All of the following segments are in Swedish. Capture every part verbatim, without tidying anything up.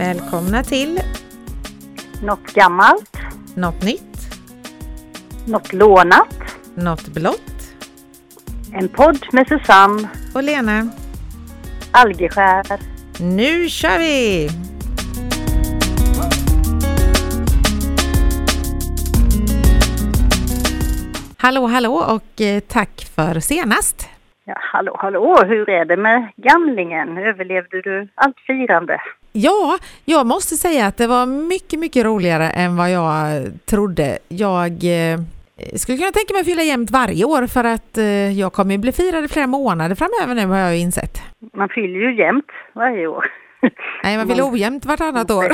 Välkomna till Något gammalt, Något nytt, något lånat, Något blått en podd med Susanne och Lena. Algeskär. Nu kör vi! Hallå, hallå och eh, tack för senast. Ja, hallå, hallå, hur är det med gamlingen? Överlevde du allt firande? Ja, jag måste säga att det var mycket, mycket roligare än vad jag trodde. Jag eh, skulle kunna tänka mig att fylla jämnt varje år för att eh, jag kommer bli firad i flera månader framöver nu, har jag ju insett. Man fyller ju jämnt varje år. Nej, man fyller ojämnt vartannat år.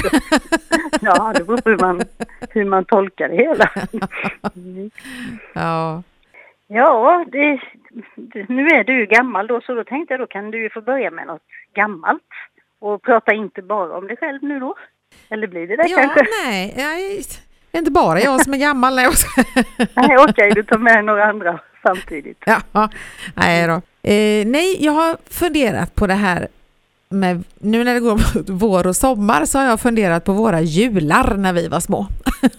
Ja, det beror på hur man, hur man tolkar det hela. Mm. Ja. Ja, det, det, nu är du ju gammal då, så då tänkte jag då kan du ju få börja med något gammalt. Och prata inte bara om dig själv nu då? Eller blir det det ja, kanske? Nej, jag, det är inte bara jag som är gammal. Nej, nej okej, du tar med några andra samtidigt. Ja, nej då. Eh, nej, jag har funderat på det här med, nu när det går mot vår och sommar så har jag funderat på våra jular när vi var små.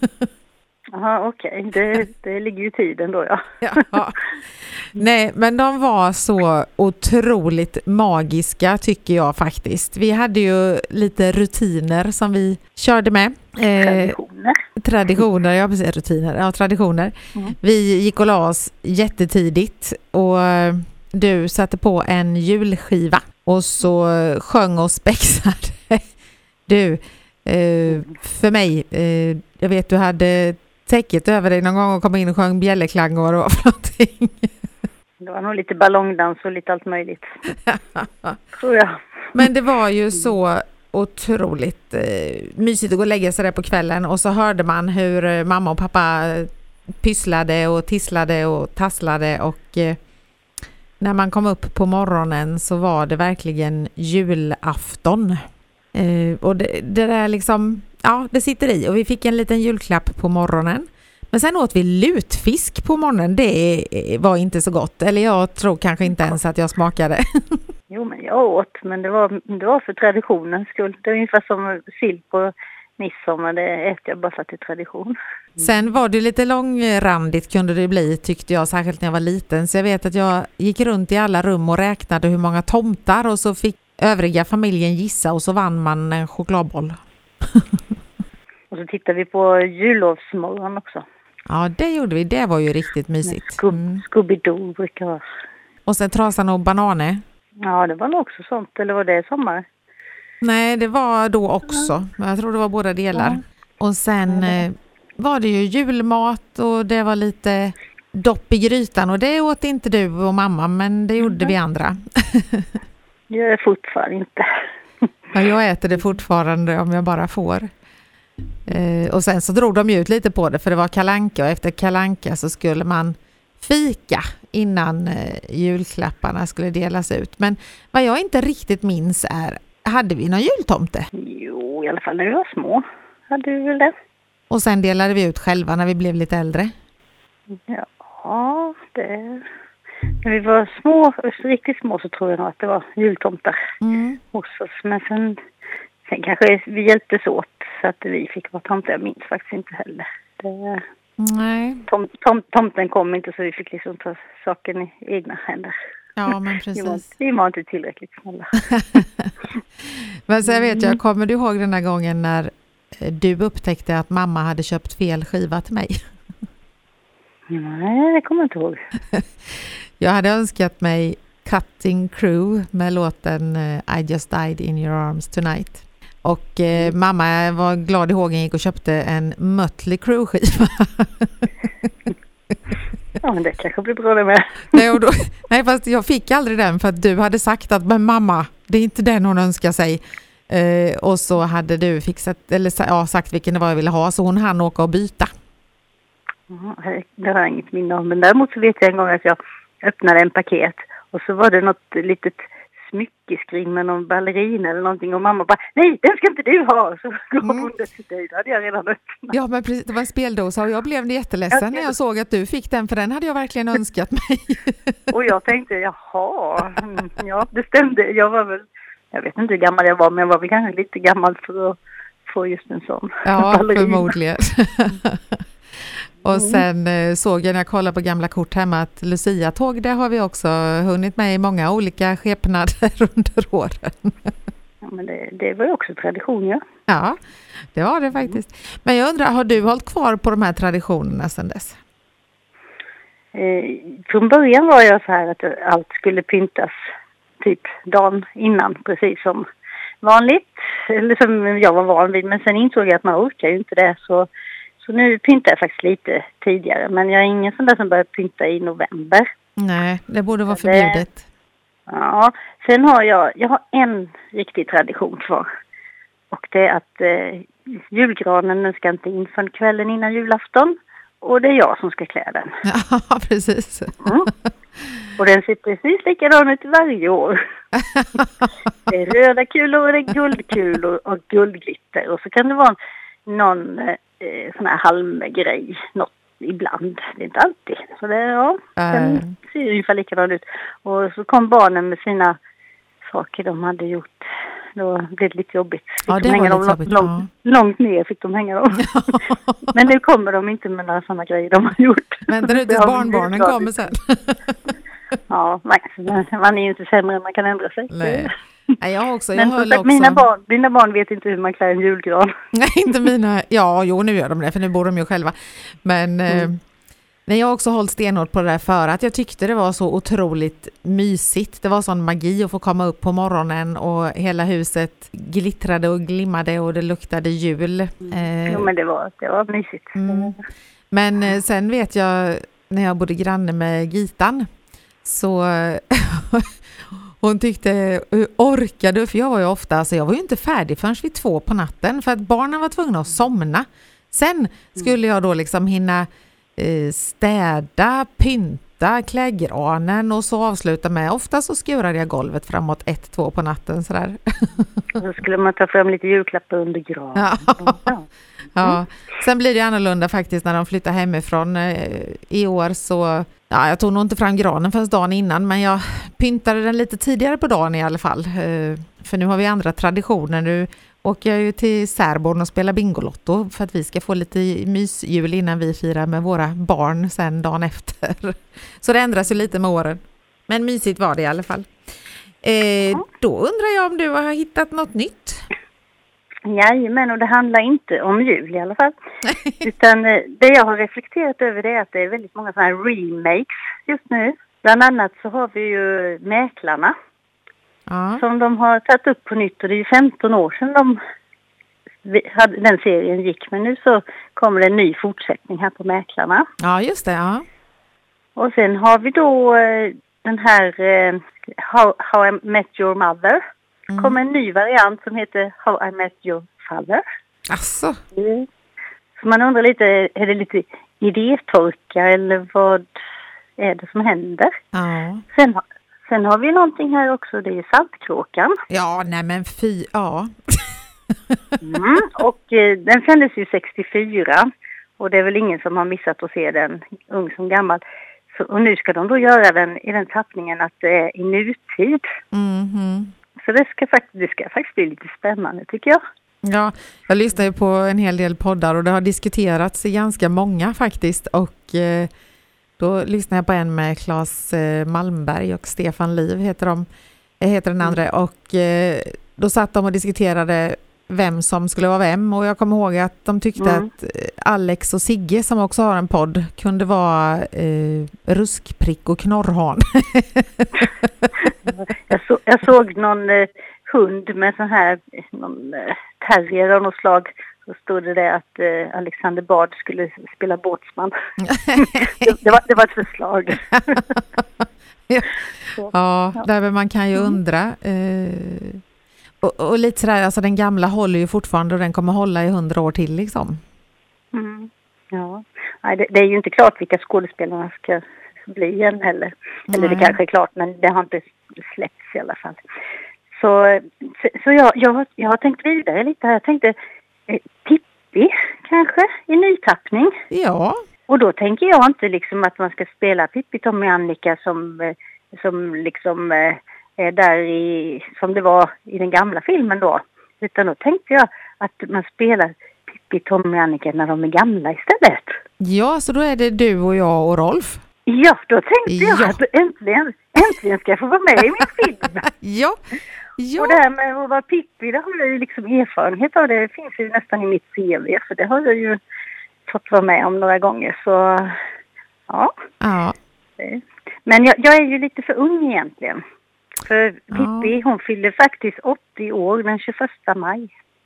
Jaha, okej. Okay. Det, det ligger ju i tiden då, ja. ja. Nej, men de var så otroligt magiska tycker jag faktiskt. Vi hade ju lite rutiner som vi körde med. Eh, traditioner. Traditioner, ja precis, rutiner. Ja, traditioner. Mm. Vi gick och la oss jättetidigt och du satte på en julskiva och så sjöng och spexade. Du, eh, för mig, eh, jag vet du hade täcket över dig någon gång och kom in och sjöng bjällerklangor och någonting. Det var nog lite ballongdans och lite allt möjligt. Tror jag. Men det var ju så otroligt eh, mysigt att gå och lägga sig där på kvällen och så hörde man hur mamma och pappa pysslade och tisslade och tasslade och eh, när man kom upp på morgonen så var det verkligen julafton. Eh, och det, det där liksom, ja det sitter i och vi fick en liten julklapp på morgonen. Men sen åt vi lutfisk på morgonen. Det var inte så gott. Eller jag tror kanske inte ens att jag smakade. Jo, men jag åt. Men det var, det var för traditionens skull. Det är ungefär som sill på midsommar. Det äter jag bara för att det är tradition. Mm. Sen var det lite långrandigt kunde det bli tyckte jag. Särskilt när jag var liten. Så jag vet att jag gick runt i alla rum och räknade hur många tomtar. Och så fick övriga familjen gissa. Och så vann man en chokladboll. Och så tittade vi på jullovsmorgon också. Ja, det gjorde vi. Det var ju riktigt mysigt. Skub- mm. Scooby-Doo brukar vara. Och sen trasan och bananer. Ja, det var nog också sånt. Eller var det sommar? Nej, det var då också. Jag tror det var båda delar. Ja. Och sen eh, var det ju julmat och det var lite dopp i grytan. Och det åt inte du och mamma, men det gjorde mm. vi andra. Det gör jag fortfarande inte. Ja, jag äter det fortfarande om jag bara får. Eh, och sen så drog de ut lite på det för det var kalanka och efter kalanka så skulle man fika innan eh, julklapparna skulle delas ut. Men vad jag inte riktigt minns är, hade vi någon jultomte? Jo, i alla fall när vi var små hade vi väl det. Och sen delade vi ut själva när vi blev lite äldre? Ja, det... När vi var små, riktigt små så tror jag nog att det var jultomtar mm. hos oss. Men sen... Sen kanske vi hjälptes åt så att vi fick vara tomte. Jag minns faktiskt inte heller. Det, Nej. Tom, tom, tomten kom inte så vi fick liksom ta saken i egna händer. Ja, men precis. Vi var, vi var inte tillräckligt snälla. Men så jag vet jag, kommer du ihåg den här gången när du upptäckte att mamma hade köpt fel skiva till mig? Nej, det kommer jag inte ihåg. Jag hade önskat mig Cutting Crew med låten I Just Died in Your Arms Tonight. Och eh, mamma var glad i hågen gick och köpte en Mötley Crüe-skiva. Ja, men det kanske blir bra det med. nej, och då, nej, fast jag fick aldrig den för att du hade sagt att men mamma, det är inte den hon önskar sig. Eh, och så hade du fixat, eller ja, sagt vilken det var jag ville ha så hon hann åka och byta. Ja, det har jag inget minne om. Men däremot så vet jag en gång att jag öppnade en paket och så var det något litet smyckeskring med någon ballerina eller någonting och mamma bara, nej den ska inte du ha, så gav hon mm. det till dig, det hade jag redan öppnat. Ja men precis, det var en speldosa och jag blev jätteledsen jag när jag såg att du fick den för den hade jag verkligen önskat mig. Och jag tänkte, jaha, ja det stämde, jag var väl jag vet inte hur gammal jag var, men jag var väl kanske lite gammal för att få just en sån. Ja, ballerina. Förmodligen. Och sen eh, såg jag när jag kollade på gamla kort hemma att Lucia-tåg, det har vi också hunnit med i många olika skepnader under åren. Ja, men det, det var ju också tradition, ja. Ja, det var det faktiskt. Men jag undrar, har du hållit kvar på de här traditionerna sedan dess? Eh, från början var jag så här att allt skulle pyntas typ dagen innan, precis som vanligt. Eller som jag var van vid. Men sen insåg jag att man orkar ju inte det. Så, så nu pyntar jag faktiskt lite tidigare. Men jag är ingen sån där som börjar pynta i november. Nej, det borde vara förbjudet. Det, ja, sen har jag, jag har en riktig tradition kvar. Och det är att eh, julgranen den ska inte in förrän kvällen innan julafton. Och det är jag som ska klä den. Ja, precis. Mm. Och den ser precis likadan ut varje år. Det är röda kulor och det är guldkulor och guldglitter. Och så kan det vara någon eh, sån här halmgrej något ibland. Det är inte alltid. Så det, ja, den uh. ser ungefär likadan ut. Och så kom barnen med sina saker de hade gjort. Då blev det lite jobbigt. Fick ja, det de var hänga lite dem jobbigt. Långt, Ja. långt ner fick de hänga dem. Men nu kommer de inte med några sådana grejer de har gjort. Väntar du tills barnbarnen kommer sen? Ja, man, man är ju inte sämre än man kan ändra sig. Nej. Nej, jag också. Jag Men höll sagt, också... mina, barn, mina barn vet inte hur man klär en julgran. Nej, inte mina. Ja, jo, nu gör de det, för nu bor de ju själva. Men mm. eh, nej, jag har också hållit stenhårt på det där för att jag tyckte det var så otroligt mysigt. Det var sån magi att få komma upp på morgonen och hela huset glittrade och glimmade och det luktade jul. Eh, jo, men det var, det var mysigt. Mm. Men eh, sen vet jag, när jag bodde granne med Gitan, så hon tyckte, hur orkade, för jag var ju ofta, alltså jag var ju inte färdig förrän vid två på natten för att barnen var tvungna att somna. Sen skulle jag då liksom hinna eh, städa, pynta, klä granen och så avsluta med, ofta så skurade jag golvet framåt ett, två på natten sådär. Och så skulle man ta fram lite julklappar under granen. Ja. Ja. Ja, sen blir det annorlunda faktiskt när de flyttar hemifrån. I år så, ja, jag tog nog inte fram granen förrän dagen innan, men jag pyntade den lite tidigare på dagen i alla fall. För nu har vi andra traditioner. Nu åker jag ju till Särborn och spelar Bingolotto för att vi ska få lite mysjul innan vi firar med våra barn sen dagen efter. Så det ändras ju lite med åren. Men mysigt var det i alla fall. Eh, då undrar jag om du har hittat något nytt? Jajamän, och det handlar inte om jul i alla fall. Utan det jag har reflekterat över det är att det är väldigt många sådana här remakes just nu. Bland annat så har vi ju Mäklarna. Ja. Som de har tagit upp på nytt, och det är ju femton år sedan de hade, den serien gick. Men nu så kommer det en ny fortsättning här på Mäklarna. Ja, just det, ja. Och sen har vi då den här uh, How, How I Met Your Mother. Mm. Kommer en ny variant som heter How I Met Your Father. Asså? Mm. Så man undrar lite, är det lite idétorka eller vad är det som händer? Ja. Sen, sen har vi någonting här också, det är Saltkråkan. Ja, nej men fy, ja. mm, och eh, den sändes ju sextiofyra och det är väl ingen som har missat att se den, ung som gammal. Så, och nu ska de då göra den i den tappningen att det är i nutid. Mhm. Så det ska, faktiskt, det ska faktiskt bli lite spännande tycker jag. Ja, jag lyssnar ju på en hel del poddar och det har diskuterats i ganska många faktiskt. Och eh, då lyssnar jag på en med Claes eh, Malmberg och Stefan Liv heter, de, heter den andra. Mm. Och eh, då satt de och diskuterade vem som skulle vara vem. Och jag kommer ihåg att de tyckte mm. att Alex och Sigge som också har en podd kunde vara eh, ruskprick och knorrhan. jag, så, jag såg någon eh, hund med sån här någon, eh, terrier av något slag. Så stod det där att eh, Alexander Bard skulle spela båtsman. det, det, var, det var ett förslag. ja, så, ja, ja. Där man kan ju undra. Eh, och, och lite sådär, alltså den gamla håller ju fortfarande och den kommer hålla i hundra år till liksom. Mm. Ja, nej, det, det är ju inte klart vilka skådespelarna ska bli igen heller. Eller Nej. Det kanske är klart, men det har inte släppts i alla fall. Så, så, så jag, jag, jag har tänkt vidare lite här. Jag tänkte eh, Pippi kanske i nytappning. Ja. Och då tänker jag inte liksom att man ska spela Pippi, Tommy och Annika som, som liksom eh, eh, där i, som det var i den gamla filmen då. Utan då tänkte jag att man spelar Pippi, Tommy och Annika när de är gamla istället. Ja, så då är det du och jag och Rolf. Ja, då tänkte jag Ja. att äntligen, äntligen ska jag få vara med i min film. Ja, ja. Och det här med att vara Pippi, det har jag ju liksom erfarenhet av. Det finns ju nästan i mitt C V, för det har jag ju fått vara med om några gånger. Så ja. Ja. Men jag, jag är ju lite för ung egentligen. För Pippi, Ja. hon fyllde faktiskt åttio år den tjugoförsta maj.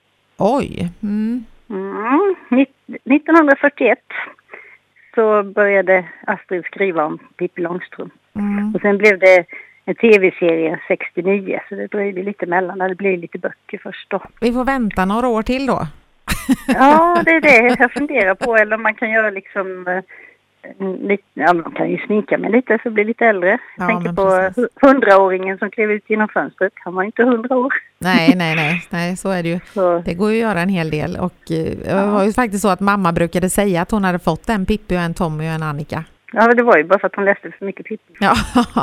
Oj. Mm. Mm. nittonhundrafyrtioett så började Astrid skriva om Pippi Långstrump. Mm. Och sen blev det en tv-serie sextionio, så det dröjde lite mellan. Det blev lite böcker först då. Vi får vänta några år till då. Ja, det är det jag funderar på. Eller man kan göra liksom... eh, Lite, ja, man kan ju sminka mig lite så blir lite äldre. Jag Ja, tänker men på precis. hundraåringen som klev ut genom fönstret. Han var inte hundra år. Nej, nej, nej, nej, så är det ju. Så, Det går ju att göra en hel del. Och eh, det var ju faktiskt så att mamma brukade säga att hon hade fått en Pippi och en Tommy och en Annika. ja, det var ju bara för att hon läste för mycket Pippi. Ja.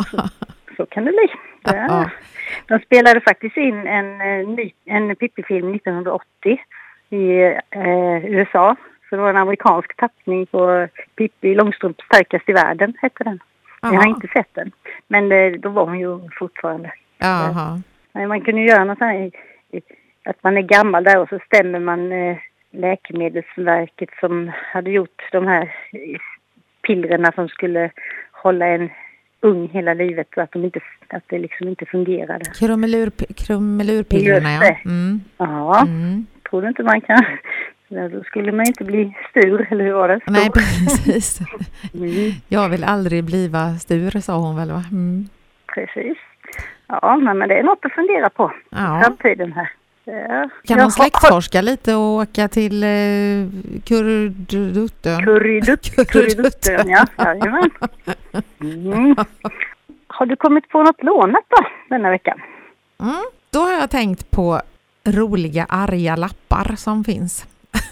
Så kan det bli. Ja. Ja. De spelade faktiskt in en, eh, ny, en Pippi-film nittonhundraåttio i eh, U S A. Så det var en amerikansk tappning på Pippi Långstrump starkast i världen, hette den. Jag har Jaha. inte sett den. Men eh, då var hon ju ung fortfarande. Jaha. Nej, man kunde göra något sånt här, att man är gammal där och så stämmer man eh, Läkemedelsverket som hade gjort de här eh, pillerna som skulle hålla en ung hela livet så att, de inte, att det liksom inte fungerade. Krumelur, krumelurpillerna, Just ja. det. Mm. Ja, Mm. tror du inte man kan? Då skulle man inte bli stur, eller hur var det? Nej, precis. Mm, Jag vill aldrig bliva stur, sa hon väl, va? Mm. precis. Ja, men men det är något att fundera på i Ja. framtiden här. Ja. Kan Jag hon släktforska lite och åka till eh, Kurduttön? Kurridutt, Kurriduttön, ja. Jajamän. Mm. Har du kommit på något lånat då denna veckan? Mm. Då har jag tänkt på roliga arga lappar som finns.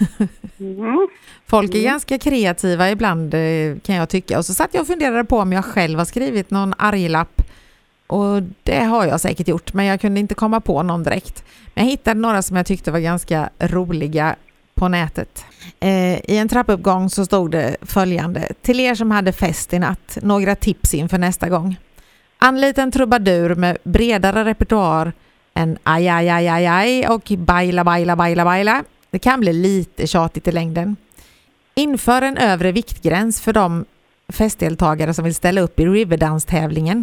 Mm. Folk är Mm. ganska kreativa ibland, eh, kan jag tycka. Och så satt jag och funderade på om jag själv har skrivit någon arglapp. Och det har jag säkert gjort, men jag kunde inte komma på någon direkt. Men jag hittade några som jag tyckte var ganska roliga på nätet. Eh, I en trappuppgång så stod det följande: till er som hade fest i natt, några tips inför nästa gång. Anlita en trubadur med bredare repertoar än aj, aj, aj, aj, aj och baila, baila, baila, baila. Det kan bli lite tjatigt i längden. Inför en övre viktgräns för de festdeltagare som vill ställa upp i Riverdance-tävlingen.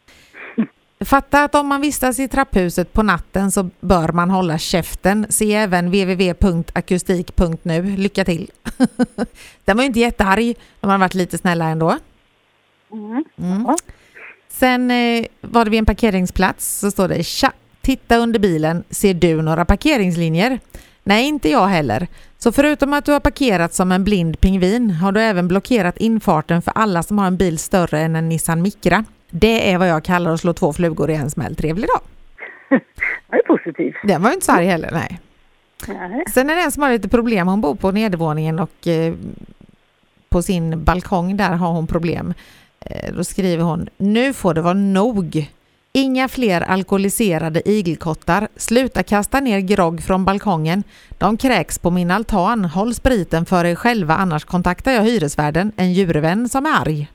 Fatta att om man vistas i trapphuset på natten så bör man hålla käften. Se även w w w punkt akustik punkt nu. Lycka till. Den var ju inte jättearg. De har varit lite snälla ändå. Mm. Mm. Ja. Sen eh, var det vid en parkeringsplats så står det: tja, titta under bilen. Ser du några parkeringslinjer? Nej, inte jag heller. Så förutom att du har parkerat som en blind pingvin har du även blockerat infarten för alla som har en bil större än en Nissan Micra. Det är vad jag kallar att slå två flugor i en smäll. Trevlig dag. Det är positivt. Den var ju inte så arg heller, nej. Nej. Sen är det en som har lite problem. Hon bor på nedervåningen och eh, på sin balkong där har hon problem. Eh, då skriver hon: nu får det vara nog. Inga fler alkoholiserade igelkottar. Sluta kasta ner grogg från balkongen. De kräks på min altan. Håll spriten för er själva, annars kontaktar jag hyresvärden. En djurvän som är arg.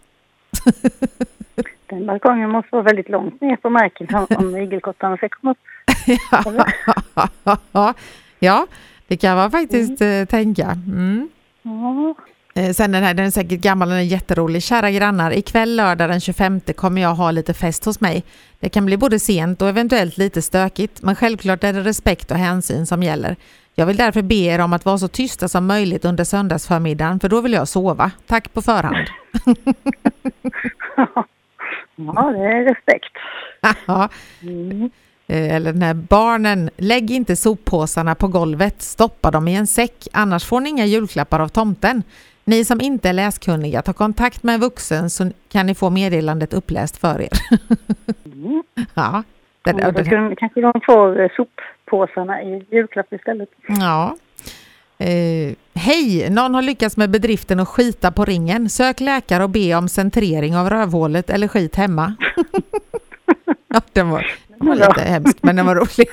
Den balkongen måste vara väldigt långt ner på marken om, om igelkottarna ska komma upp. ja, ja, det kan man faktiskt mm. eh, tänka. Mm. Ja. Eh, sen den här, den är säkert gammal, den är jätterolig. Kära grannar, ikväll lördag den tjugofemte kommer jag ha lite fest hos mig. Det kan bli både sent och eventuellt lite stökigt, men självklart är det respekt och hänsyn som gäller. Jag vill därför be er om att vara så tysta som möjligt under söndagsförmiddagen, för då vill jag sova. Tack på förhand. Ja, det är respekt. Ja. Mm. Eller när barnen, lägg inte soppåsarna på golvet, stoppa dem i en säck, annars får ni inga julklappar av tomten. Ni som inte är läskunniga, ta kontakt med en vuxen så kan ni få meddelandet uppläst för er. Mm. Ja. Det, Ja, då kan, kanske de får soppåsarna i julklapp istället. Ja. Eh, hej, någon har lyckats med bedriften att skita på ringen. Sök läkare och be om centrering av rövhålet eller skit hemma. Ja, den var, Den var lite hemskt, men den var rolig.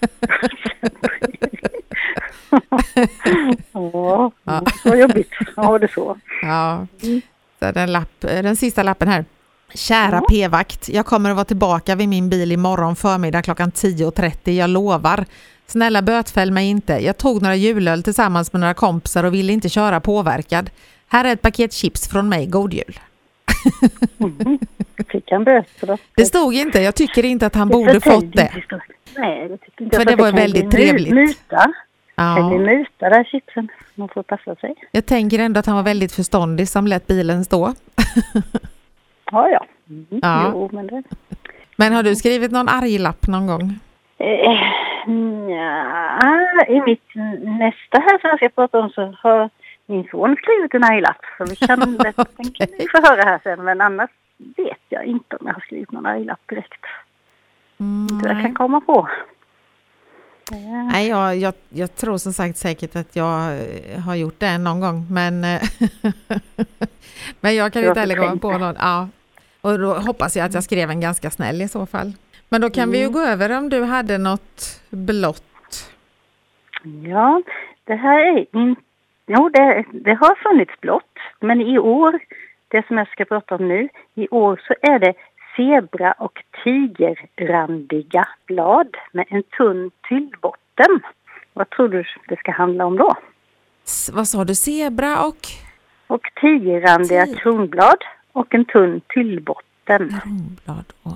Ja, det var jobbigt. Ja, det så. Ja, så den, lapp, den sista lappen här. Kära ja. P-vakt, jag kommer att vara tillbaka vid min bil imorgon förmiddag klockan tio och trettio, jag lovar. Snälla bötfäll mig inte. Jag tog några julöl tillsammans med några kompisar och ville inte köra påverkad. Här är ett paket chips från mig, god jul. Mm. Fick han böter då? Det stod inte, jag tycker inte att han borde fått det. Nej, jag tycker inte. För det var väldigt trevligt. Muta. Ja. Kan vi muta där chipsen? Man får passa sig. Jag tänker ändå att han var väldigt förståndig som lät bilen stå. Ja, ja. Mm. Ja. Jo, men, det... men har du skrivit någon arglapp någon gång? Eh, ja, i mitt nästa här som jag ska prata om så har min son skrivit en arglapp. Så vi kan lätt okay. få höra här sen. Men annars vet jag inte om jag har skrivit någon arglapp direkt. Mm, jag kan komma på. Ja. Nej, jag, jag, jag tror som sagt säkert att jag har gjort det någon gång. Men, men jag kan inte heller gå på någon. Ja. Och då hoppas jag att jag skrev en ganska snäll i så fall. Men då kan mm. vi ju gå över om du hade något blått. Ja, det här är inte... Jo, det, det har funnits blått. Men i år, det som jag ska prata om nu, i år så är det zebra- och tigerrandiga blad med en tunn tyllbotten. Vad tror du det ska handla om då? S- vad sa du? Zebra och? Och tigerrandiga Tig- kronblad och en tunn tyllbotten. Kronblad och...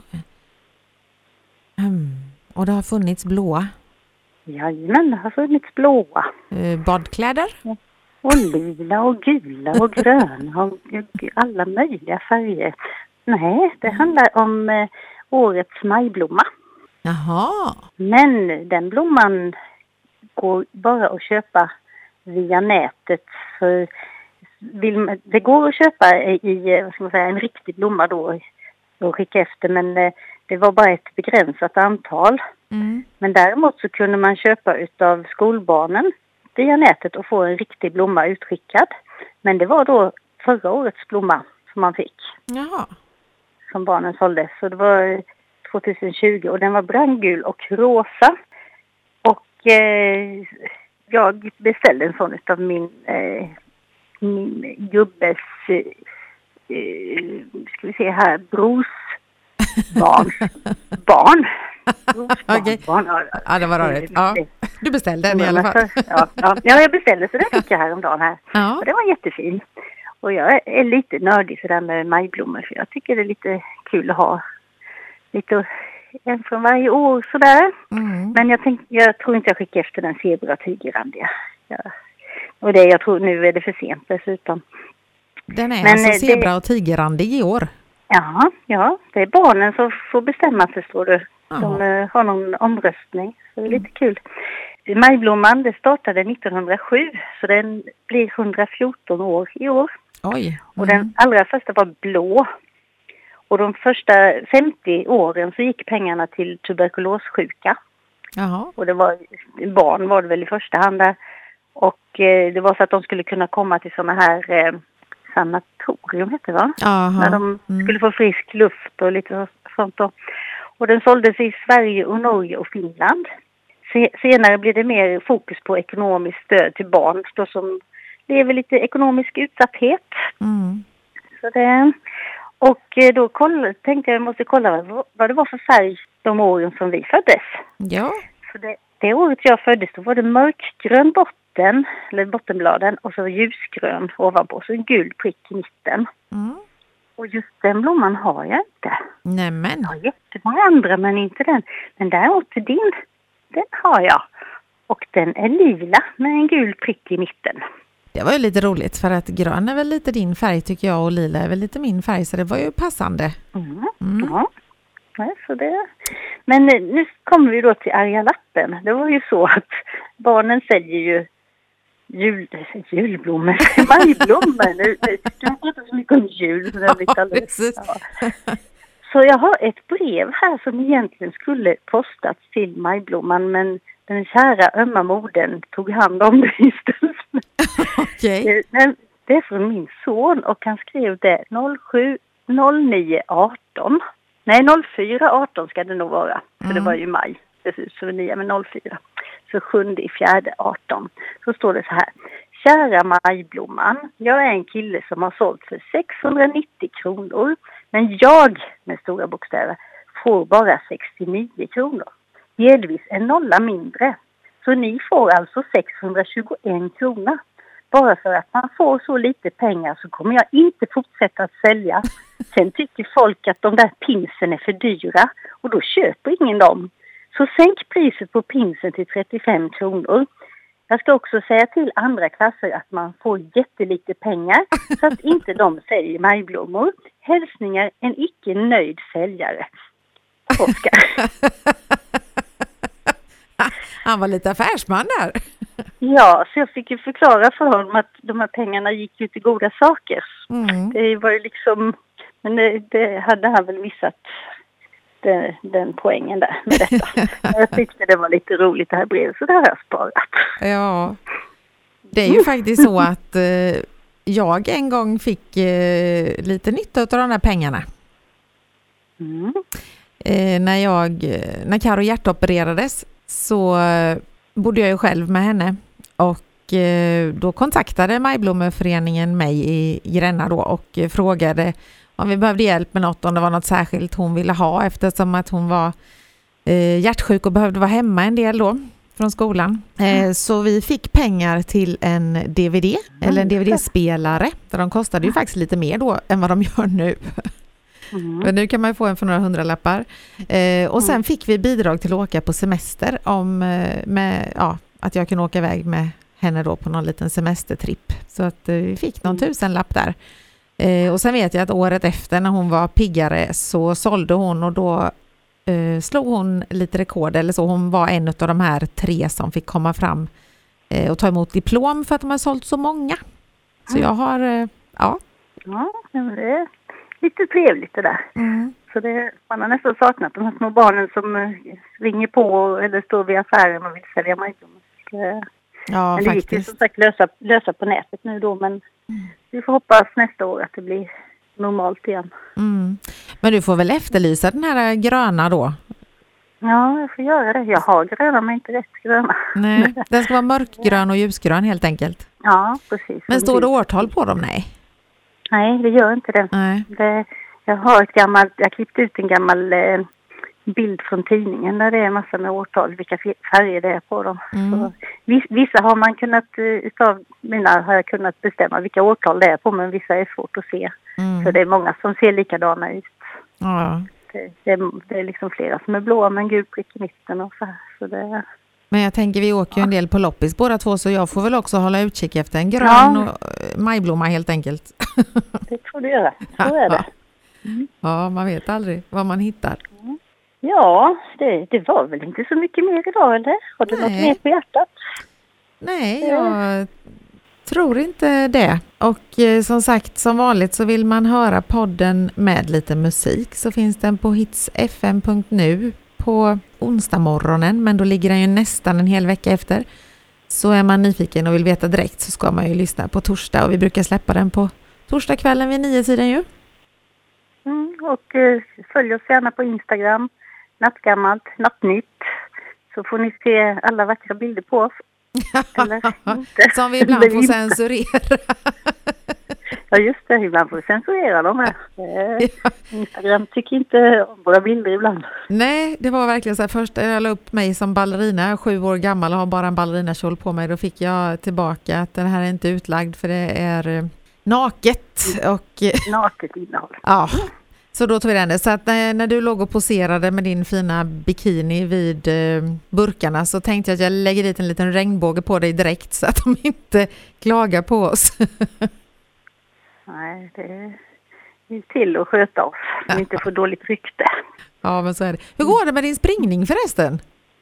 Mm. Och det har funnits blåa? Jajamän, det har funnits blåa. Eh, badkläder? Ja. Och lila och gula och gröna och alla möjliga färger. Nej, det handlar om eh, årets majblomma. Jaha. Men den blomman går bara att köpa via nätet. För vill, det går att köpa i vad ska man säga, en riktig blomma då och skicka efter. Men eh, det var bara ett begränsat antal. Mm. Men däremot så kunde man köpa utav skolbarnen via nätet och få en riktig blomma utskickad. Men det var då förra årets blomma som man fick. Jaha. Som barnen sålde. Så det var tjugohundratjugo och den var brandgul och rosa. Och eh, jag beställde en sån utav min, eh, min gubbes, eh, ska vi se här, brors barns barn. Okej. Okay. Ja, det var rörigt. Ja. Du beställde den i alla fall. Ja, ja. ja, jag beställde så den fick jag häromdagen här. Ja. Och det var jättefin. Och jag är lite nördig för det här med majblommor. För jag tycker det är lite kul att ha lite en från varje år sådär. Mm. Men jag, tänk, jag tror inte jag skickar efter den zebra tigerrandiga. Ja. Och det jag tror nu är det för sent dessutom. Den är Men alltså zebra det... och tigerrandig i år? Ja, ja, det är barnen som får bestämma sig, står det. De uh, har någon omröstning, så det är lite kul. Majblomman, det startade nittonhundrasju, så den blir hundrafjorton år i år. Oj. Mm. Och den allra första var blå. Och de första femtio åren så gick pengarna till tuberkulossjuka. Jaha. Och det var, barn var det väl i första hand där. Och eh, det var så att de skulle kunna komma till såna här eh, sanatorium heter det va? Aha. När de mm. skulle få frisk luft och lite sånt då. Och den såldes i Sverige och Norge och Finland. Senare blir det mer fokus på ekonomiskt stöd till barn då som lever lite ekonomisk utsatthet. Mm. Så det, och då koll, tänkte jag måste kolla vad, vad det var för färg de åren som vi föddes. Ja. Så det, det året jag föddes då var det mörkgrön botten, eller bottenbladen, och så ljusgrön ovanpå, så en gul prick i mitten. Mm. Och just den blomman har jag inte. Nämen. Jag har jättemånga andra men inte den. Men däremot din, den har jag. Och den är lila med en gul prick i mitten. Det var ju lite roligt för att grön är väl lite din färg tycker jag och lila är väl lite min färg så det var ju passande. Mm. Mm. Ja. Ja, så det. Men nu kommer vi då till arga lappen. Det var ju så att barnen säljer ju Jul, julblommor, majblommor. Du har pratat så mycket om jul. Så, det ja, alldeles, ja. Så jag har ett brev här som egentligen skulle postats till majblomman. Men den kära ömma modern tog hand om det istället. Okay. Det är från min son och han skrev det noll sju noll nio arton. Nej, noll fyra arton ska det nog vara. För Mm. det var ju maj. Precis, så nio men noll fyra. Så sjunde i fjärde arton. Så står det så här. Kära Majblomman, jag är en kille som har sålt för sexhundranittio kronor. Men jag, med stora bokstäver, får bara sextionio kronor. Delvis en nolla mindre. Så ni får alltså sexhundratjugoen kronor. Bara för att man får så lite pengar så kommer jag inte fortsätta att sälja. Sen tycker folk att de där pinsen är för dyra och då köper ingen dem. Så sänk priset på pinsen till trettiofem kronor. Jag ska också säga till andra klasser att man får jättelite pengar så att inte de säljer majblommor. Hälsningar en icke nöjd säljare. Oskar. Han var lite affärsman där. Ja, så jag fick ju förklara för honom att de här pengarna gick ju till goda saker. Mm. Det var ju liksom, men det, det hade han väl missat det, den poängen där med detta. Jag tyckte det var lite roligt det här brevet, så det har jag sparat. Ja, det är ju faktiskt så att eh, jag en gång fick eh, lite nytta av de här pengarna. Mm. Eh, när jag, när Karo hjärtopererades så eh, bodde jag ju själv med henne och eh, då kontaktade Majblommeföreningen mig i Gränna då och eh, frågade om vi behövde hjälp med något, om det var något särskilt hon ville ha eftersom att hon var eh, hjärtsjuk och behövde vara hemma en del då från skolan. Eh, så vi fick pengar till en D V D eller en D V D-spelare. För de kostade ju faktiskt lite mer då än vad de gör nu. Mm. Men nu kan man ju få en för några hundralappar. Eh, och sen fick vi bidrag till att åka på semester om eh, med, ja, att jag kunde åka iväg med henne då på någon liten semestertripp. Så att eh, vi fick någon tusenlapp där. Eh, och sen vet jag att året efter när hon var piggare så sålde hon och då eh, slog hon lite rekord eller så. Hon var en av de här tre som fick komma fram eh, och ta emot diplom för att de har sålt så många. Så jag har, eh, ja. Ja, det är lite trevligt det där. Mm. Så det, man har nästan saknat de här små barnen som uh, ringer på eller står vid affären och vill sälja majblommor. Ja, men det faktiskt. gick ju som sagt lösa, lösa på nätet nu då, men mm. vi får hoppas nästa år att det blir normalt igen. Mm. Men du får väl efterlysa den här gröna då? Ja, jag får göra det. Jag har gröna men inte rätt gröna. Nej, den ska vara mörkgrön och ljusgrön helt enkelt. Ja, precis. Men står det årtal på dem? Nej. Nej, det gör inte det. Nej. det jag har ett gammalt, jag har klippt ut en gammal eh, bild från tidningen där det är en massa med årtal, vilka färger det är på dem. Mm. Så, vissa har man kunnat, utav mina har jag kunnat bestämma vilka årtal det är på, men vissa är svårt att se. Mm. Så det är många som ser likadana ut. Ja. Det, det, är, det är liksom flera som är blåa med en gul prick i mitten och så här. Så det, men jag tänker vi åker ju ja. en del på loppis båda två, så jag får väl också hålla utkik efter en grön ja. och majblomma helt enkelt. Det tror du göra. Så är det. Mm. Ja, man vet aldrig vad man hittar. Mm. Ja, det, det var väl inte så mycket mer idag, eller? Har du Nej. något mer på hjärtat? Nej, jag tror inte det. Och eh, som sagt, som vanligt så vill man höra podden med lite musik så finns den på hits f m punkt nu på onsdag morgonen, men då ligger den ju nästan en hel vecka efter. Så är man nyfiken och vill veta direkt så ska man ju lyssna på torsdag och vi brukar släppa den på torsdagskvällen vid nio tiden ju. Mm, och eh, följ oss gärna på Instagram, nattgammalt, nattnytt, så får ni se alla vackra bilder på oss. Eller inte. Som vi ibland får censurera. Ja just det, ibland får vi censurera dem här. Eh, ja. Instagram tycker inte om våra bilder ibland. Nej, det var verkligen så här, först när jag la upp mig som ballerina, sju år gammal och har bara en ballerinakjol på mig, då fick jag tillbaka att den här är inte utlagd för det är naket. Och, naket innehåll. Ja, så då tog vi den. Så att när, när du låg och poserade med din fina bikini vid eh, burkarna så tänkte jag att jag lägger dit en liten regnbåge på dig direkt så att de inte klagar på oss. Nej, det är till att sköta oss. Vi inte får dåligt rykte. Ja, men så är det. Hur går det med din springning förresten?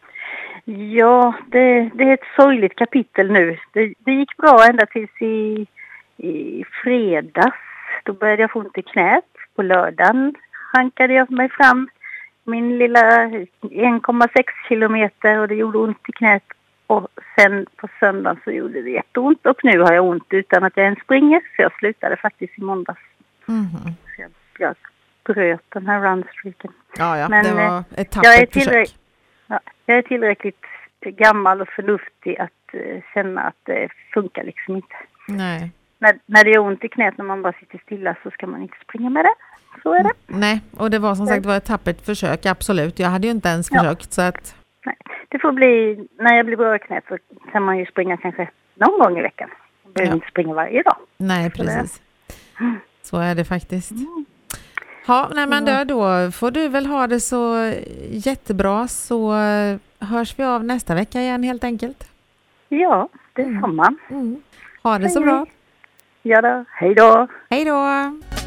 Ja, det, det är ett sorgligt kapitel nu. Det, det gick bra ända tills i, i fredags. Då började jag få ont i knät. På lördagen hankade jag mig fram min lilla en komma sex kilometer och det gjorde ont i knät. Och sen på söndagen så gjorde det jätteont och nu har jag ont utan att jag ens springer. Så jag slutade faktiskt i måndags. Mm. Så jag, jag bröt den här runstreaken. Ja, ja, Men, det var eh, ett jag är tappert tillräck- försök. Ja, jag är tillräckligt gammal och förnuftig att uh, känna att det funkar liksom inte. Nej. När, när det är ont i knät när man bara sitter stilla så ska man inte springa med det. Så är det. Nej, och det var som sagt det var ett tappert försök, absolut. Jag hade ju inte ens försökt ja. så att... Nej, det får bli, när jag blir bra i knät så kan man ju springa kanske någon gång i veckan. Man behöver Ja. inte springa varje dag. Nej, precis. Så är det faktiskt. Mm. Ja, nej men då, då får du väl ha det så jättebra, så hörs vi av nästa vecka igen helt enkelt. Ja, det är samma. Mm. Ha det så bra. Ja då, hej då. Hej då.